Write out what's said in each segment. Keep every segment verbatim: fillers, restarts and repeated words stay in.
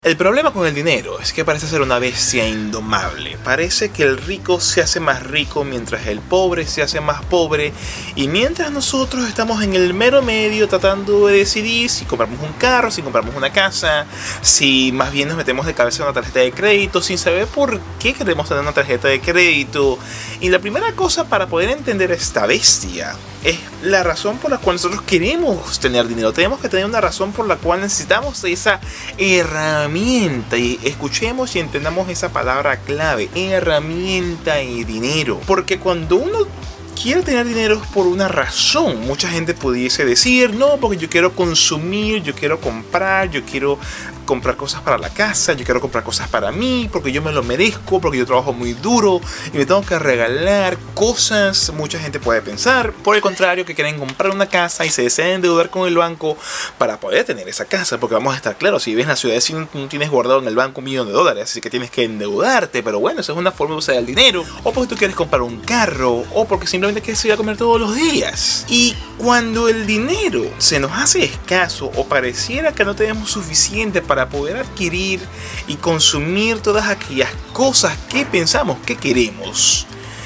El problema con el dinero es que parece ser una bestia indomable. Parece que el rico se hace más rico mientras el pobre se hace más pobre, y mientras nosotros estamos en el mero medio tratando de decidir si compramos un carro, si compramos una casa, si más bien nos metemos de cabeza en una tarjeta de crédito sin saber por qué queremos tener una tarjeta de crédito. Y la primera cosa para poder entender esta bestia es la razón por la cual nosotros queremos tener dinero. Tenemos que tener una razón por la cual necesitamos esa herramienta, y escuchemos y entendamos esa palabra clave: herramienta y dinero. Porque cuando uno quiere tener dinero es por una razón. Mucha gente pudiese decir: no, porque yo quiero consumir, yo quiero comprar, yo quiero comprar cosas para la casa, yo quiero comprar cosas para mí, porque yo me lo merezco, porque yo trabajo muy duro y me tengo que regalar cosas. Mucha gente puede pensar, por el contrario, que quieren comprar una casa y se desean endeudar con el banco para poder tener esa casa, porque vamos a estar claros, si vives en la ciudad de Cine, no tienes guardado en el banco un millón de dólares, así que tienes que endeudarte. Pero bueno, esa es una forma de usar el dinero, o porque tú quieres comprar un carro, o porque simplemente quieres ir a comer todos los días. Y cuando el dinero se nos hace escaso, o pareciera que no tenemos suficiente para poder adquirir y consumir todas aquellas cosas que pensamos que queremos,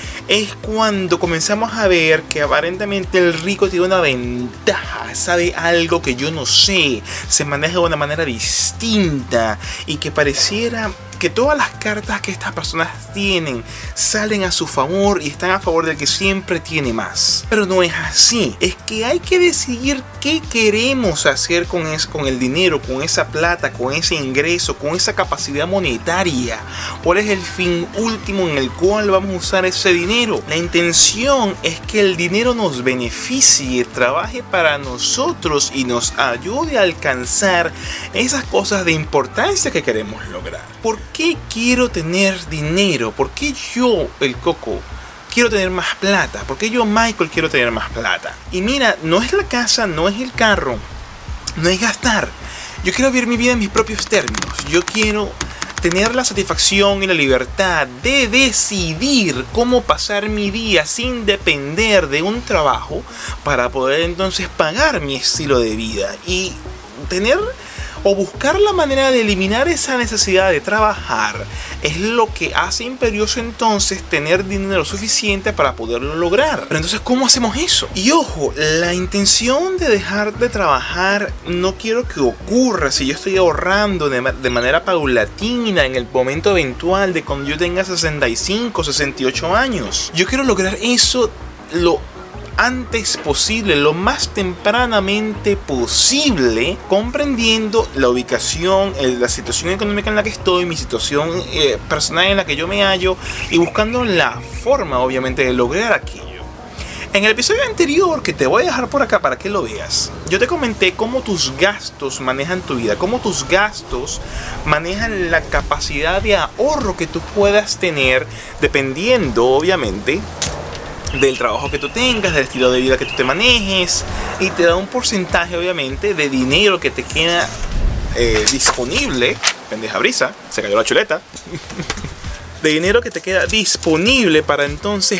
es cuando comenzamos a ver que aparentemente el rico tiene una ventaja, sabe algo que yo no sé, se maneja de una manera distinta, y que pareciera que todas las cartas que estas personas tienen salen a su favor y están a favor del que siempre tiene más. Pero no es así. Es que hay que decidir qué queremos hacer con, es, con el dinero, con esa plata, con ese ingreso, con esa capacidad monetaria. ¿Cuál es el fin último en el cual vamos a usar ese dinero? La intención es que el dinero nos beneficie, trabaje para nosotros y nos ayude a alcanzar esas cosas de importancia que queremos lograr. ¿Por qué quiero tener dinero? ¿Por qué yo, el Coco, quiero tener más plata? ¿Por qué yo, Michael, quiero tener más plata? Y mira, no es la casa, no es el carro, no es gastar. Yo quiero vivir mi vida en mis propios términos. Yo quiero tener la satisfacción y la libertad de decidir cómo pasar mi día sin depender de un trabajo para poder entonces pagar mi estilo de vida y tener o buscar la manera de eliminar esa necesidad de trabajar. Es lo que hace imperioso entonces tener dinero suficiente para poderlo lograr. Pero entonces, ¿cómo hacemos eso? Y ojo, la intención de dejar de trabajar no quiero que ocurra si yo estoy ahorrando de, de manera paulatina en el momento eventual de cuando yo tenga sesenta y cinco, sesenta y ocho años. Yo quiero lograr eso lo antes posible, lo más tempranamente posible, comprendiendo la ubicación, la situación económica en la que estoy, mi situación eh, personal en la que yo me hallo, y buscando la forma, obviamente, de lograr aquello. En el episodio anterior, que te voy a dejar por acá para que lo veas, yo te comenté cómo tus gastos manejan tu vida, cómo tus gastos manejan la capacidad de ahorro que tú puedas tener, dependiendo, obviamente, del trabajo que tú tengas, del estilo de vida que tú te manejes, y te da un porcentaje, obviamente, de dinero que te queda eh, disponible. Pendeja brisa, se cayó la chuleta. De dinero que te queda disponible para entonces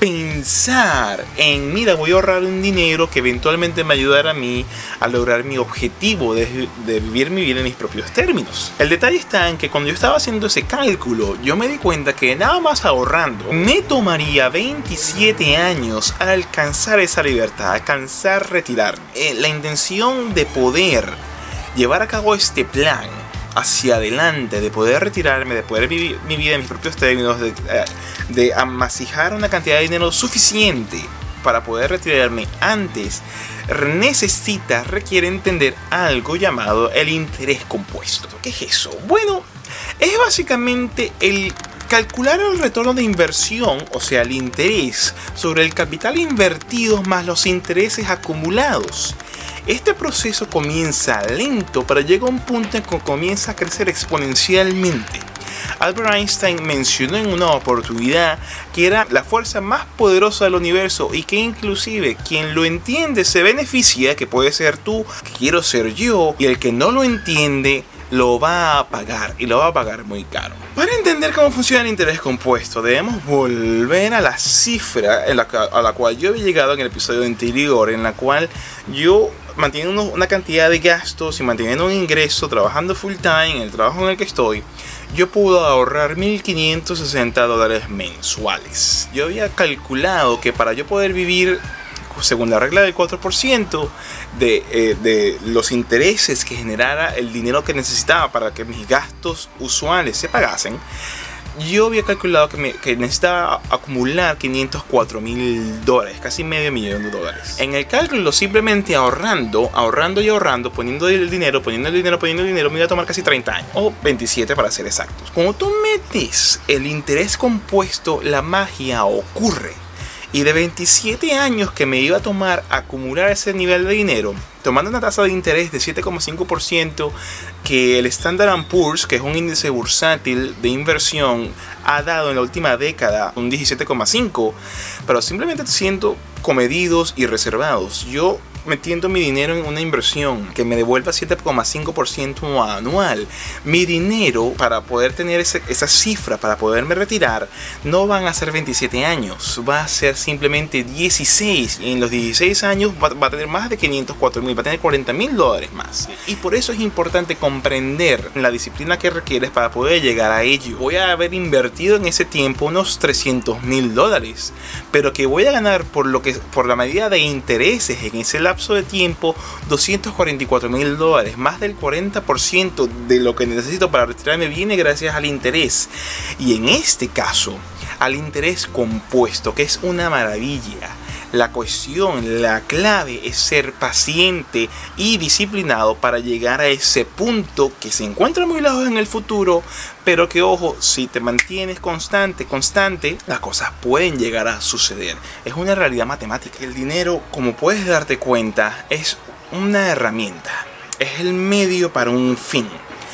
pensar en: mira, voy a ahorrar un dinero que eventualmente me ayudará a mí a lograr mi objetivo de, de vivir mi vida en mis propios términos. El detalle está en que cuando yo estaba haciendo ese cálculo, yo me di cuenta que nada más ahorrando me tomaría veintisiete años alcanzar esa libertad, alcanzar retirarme. Eh, la intención de poder llevar a cabo este plan hacia adelante, de poder retirarme, de poder vivir mi vida en mis propios términos, de, de amasijar una cantidad de dinero suficiente para poder retirarme antes, necesita, requiere entender algo llamado el interés compuesto. ¿Qué es eso? Bueno, es básicamente el calcular el retorno de inversión, o sea, el interés sobre el capital invertido más los intereses acumulados. Este proceso comienza lento, pero llega a un punto en que comienza a crecer exponencialmente. Albert Einstein mencionó en una oportunidad que era la fuerza más poderosa del universo, y que inclusive quien lo entiende se beneficia, que puede ser tú, que quiero ser yo, y el que no lo entiende lo va a pagar, y lo va a pagar muy caro. Para entender cómo funciona el interés compuesto, debemos volver a la cifra en la, a la cual yo había llegado en el episodio anterior, en la cual yo manteniendo una cantidad de gastos y manteniendo un ingreso, trabajando full time en el trabajo en el que estoy, yo pude ahorrar mil quinientos sesenta dólares mensuales. Yo había calculado que para yo poder vivir según la regla del cuatro por ciento de, eh, de los intereses que generara el dinero que necesitaba para que mis gastos usuales se pagasen, yo había calculado que, me, que necesitaba acumular quinientos cuatro mil dólares, casi medio millón de dólares. En el cálculo, simplemente ahorrando, ahorrando y ahorrando, poniendo el dinero, poniendo el dinero, poniendo el dinero, me iba a tomar casi treinta años, o veintisiete para ser exactos. Cuando tú metes el interés compuesto, la magia ocurre. Y de veintisiete años que me iba a tomar acumular ese nivel de dinero, tomando una tasa de interés de siete coma cinco por ciento que el Standard and Poor's, que es un índice bursátil de inversión, ha dado en la última década, un diecisiete coma cinco por ciento, pero simplemente siendo comedidos y reservados, yo metiendo mi dinero en una inversión que me devuelva siete coma cinco por ciento anual, mi dinero para poder tener ese, esa cifra, para poderme retirar, no van a ser veintisiete años, va a ser simplemente dieciséis, y en los dieciséis años va, va a tener más de quinientos cuatro mil, va a tener cuarenta mil dólares más. Y por eso es importante comprender la disciplina que requieres para poder llegar a ello. Voy a haber invertido en ese tiempo unos trescientos mil dólares, pero que voy a ganar por, lo que, por la medida de intereses en ese lapso de tiempo doscientos cuarenta y cuatro mil dólares, más del cuarenta por ciento de lo que necesito para retirarme viene gracias al interés, y en este caso al interés compuesto, que es una maravilla. La cuestión, la clave es ser paciente y disciplinado para llegar a ese punto que se encuentra muy lejos en el futuro, pero que, ojo, si te mantienes constante, constante, las cosas pueden llegar a suceder. Es una realidad matemática. El dinero, como puedes darte cuenta, es una herramienta, es el medio para un fin.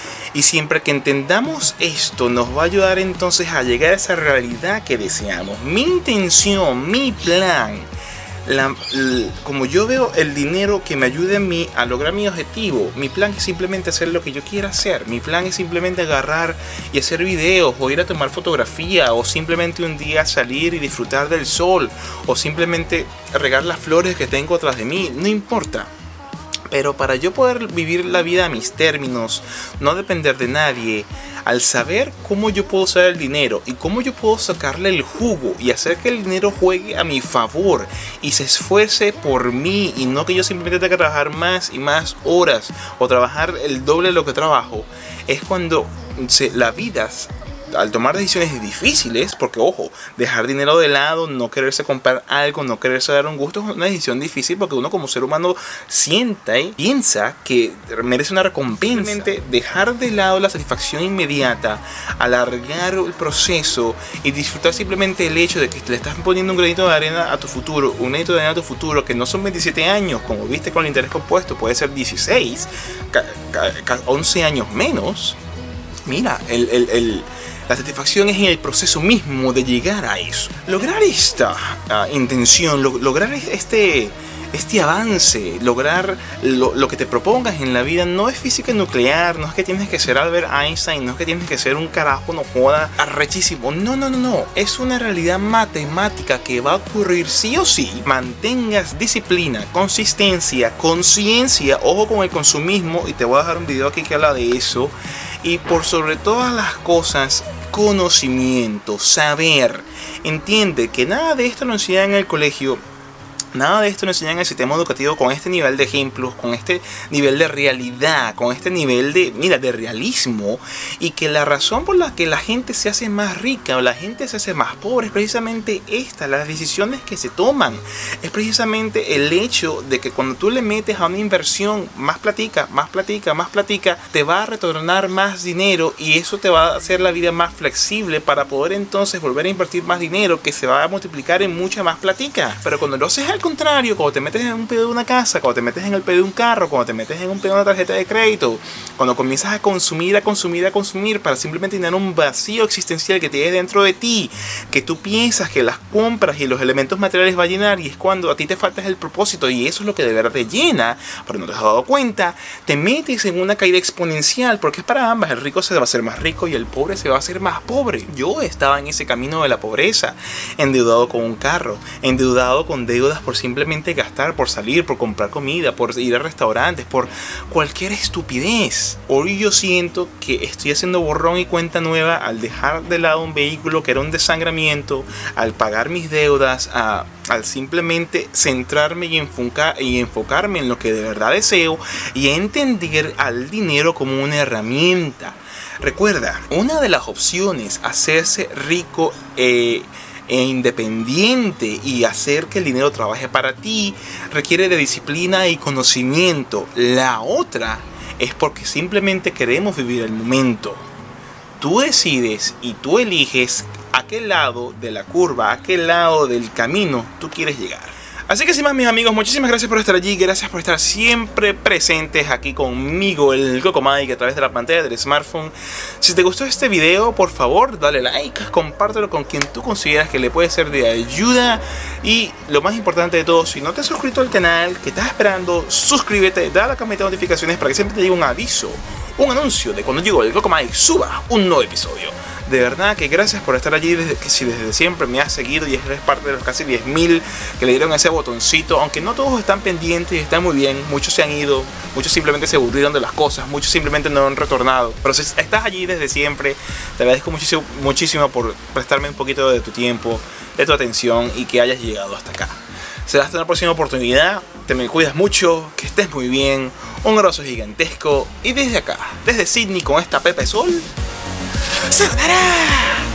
Y siempre que entendamos esto, nos va a ayudar entonces a llegar a esa realidad que deseamos. Mi intención, mi plan, La, la, como yo veo el dinero que me ayude a mí a lograr mi objetivo, mi plan es simplemente hacer lo que yo quiera hacer. Mi plan es simplemente agarrar y hacer videos, o ir a tomar fotografía, o simplemente un día salir y disfrutar del sol, o simplemente regar las flores que tengo atrás de mí, no importa. Pero para yo poder vivir la vida a mis términos, no depender de nadie, al saber cómo yo puedo usar el dinero y cómo yo puedo sacarle el jugo y hacer que el dinero juegue a mi favor y se esfuerce por mí, y no que yo simplemente tenga que trabajar más y más horas o trabajar el doble de lo que trabajo, es cuando se, la vida, al tomar decisiones difíciles, porque ojo, dejar dinero de lado, no quererse comprar algo, no quererse dar un gusto, es una decisión difícil, porque uno como ser humano sienta y piensa que merece una recompensa. Simplemente dejar de lado la satisfacción inmediata, alargar el proceso y disfrutar simplemente el hecho de que le estás poniendo un granito de arena a tu futuro, un granito de arena a tu futuro, que no son veintisiete años, como viste con el interés compuesto, puede ser dieciséis, once años menos. Mira, el, el, el la satisfacción es en el proceso mismo de llegar a eso. Lograr esta uh, intención, lo, lograr este, este avance, lograr lo, lo que te propongas en la vida, no es física nuclear, no es que tienes que ser Albert Einstein, no es que tienes que ser un carajo, no joda, arrechísimo. No, no, no, no. Es una realidad matemática que va a ocurrir sí o sí. Mantengas disciplina, consistencia, conciencia, ojo con el consumismo, y te voy a dejar un video aquí que habla de eso. Y por sobre todas las cosas, conocimiento, saber. Entiende que nada de esto nos enseñan en el colegio. Nada de esto nos enseñan en el sistema educativo con este nivel de ejemplos, con este nivel de realidad, con este nivel de, mira, de realismo. Y que la razón por la que la gente se hace más rica o la gente se hace más pobre es precisamente esta, las decisiones que se toman. Es precisamente el hecho de que cuando tú le metes a una inversión más platica, más platica, más platica, te va a retornar más dinero, y eso te va a hacer la vida más flexible para poder entonces volver a invertir más dinero, que se va a multiplicar en mucha más platica. Pero cuando lo haces al contrario, cuando te metes en un pedo de una casa, cuando te metes en el pedo de un carro, cuando te metes en un pedo de una tarjeta de crédito, cuando comienzas a consumir, a consumir, a consumir para simplemente llenar un vacío existencial que tienes dentro de ti, que tú piensas que las compras y los elementos materiales va a llenar, y es cuando a ti te falta el propósito, y eso es lo que de verdad te llena, pero no te has dado cuenta, te metes en una caída exponencial, porque es para ambas. El rico se va a hacer más rico y el pobre se va a hacer más pobre. Yo estaba en ese camino de la pobreza, endeudado con un carro, endeudado con deudas por simplemente gastar, por salir, por comprar comida, por ir a restaurantes, por cualquier estupidez. Hoy yo siento que estoy haciendo borrón y cuenta nueva al dejar de lado un vehículo que era un desangramiento, al pagar mis deudas, a, al simplemente centrarme y, enfocar, y enfocarme en lo que de verdad deseo y entender al dinero como una herramienta. Recuerda, una de las opciones, hacerse rico eh, e independiente y hacer que el dinero trabaje para ti, requiere de disciplina y conocimiento. La otra es porque simplemente queremos vivir el momento. Tú decides y tú eliges a qué lado de la curva, a qué lado del camino tú quieres llegar. Así que sin más, mis amigos, muchísimas gracias por estar allí, gracias por estar siempre presentes aquí conmigo, el Coco Mike, a través de la pantalla del smartphone. Si te gustó este video, por favor, dale like, compártelo con quien tú consideras que le puede ser de ayuda. Y lo más importante de todo, si no te has suscrito al canal, ¿qué estás esperando? Suscríbete, dale a la campanita de notificaciones para que siempre te llegue un aviso, un anuncio de cuando yo, el Coco Mike, suba un nuevo episodio. De verdad que gracias por estar allí, desde, que si desde siempre me has seguido y eres parte de los casi diez mil que le dieron ese botoncito. Aunque no todos están pendientes y están muy bien, muchos se han ido, muchos simplemente se aburrieron de las cosas, muchos simplemente no han retornado. Pero si estás allí desde siempre, te agradezco muchísimo, muchísimo por prestarme un poquito de tu tiempo, de tu atención y que hayas llegado hasta acá. Será hasta una próxima oportunidad, te me cuidas mucho, que estés muy bien, un abrazo gigantesco y desde acá, desde Sydney con esta Pepe Sol, ¡sayonara!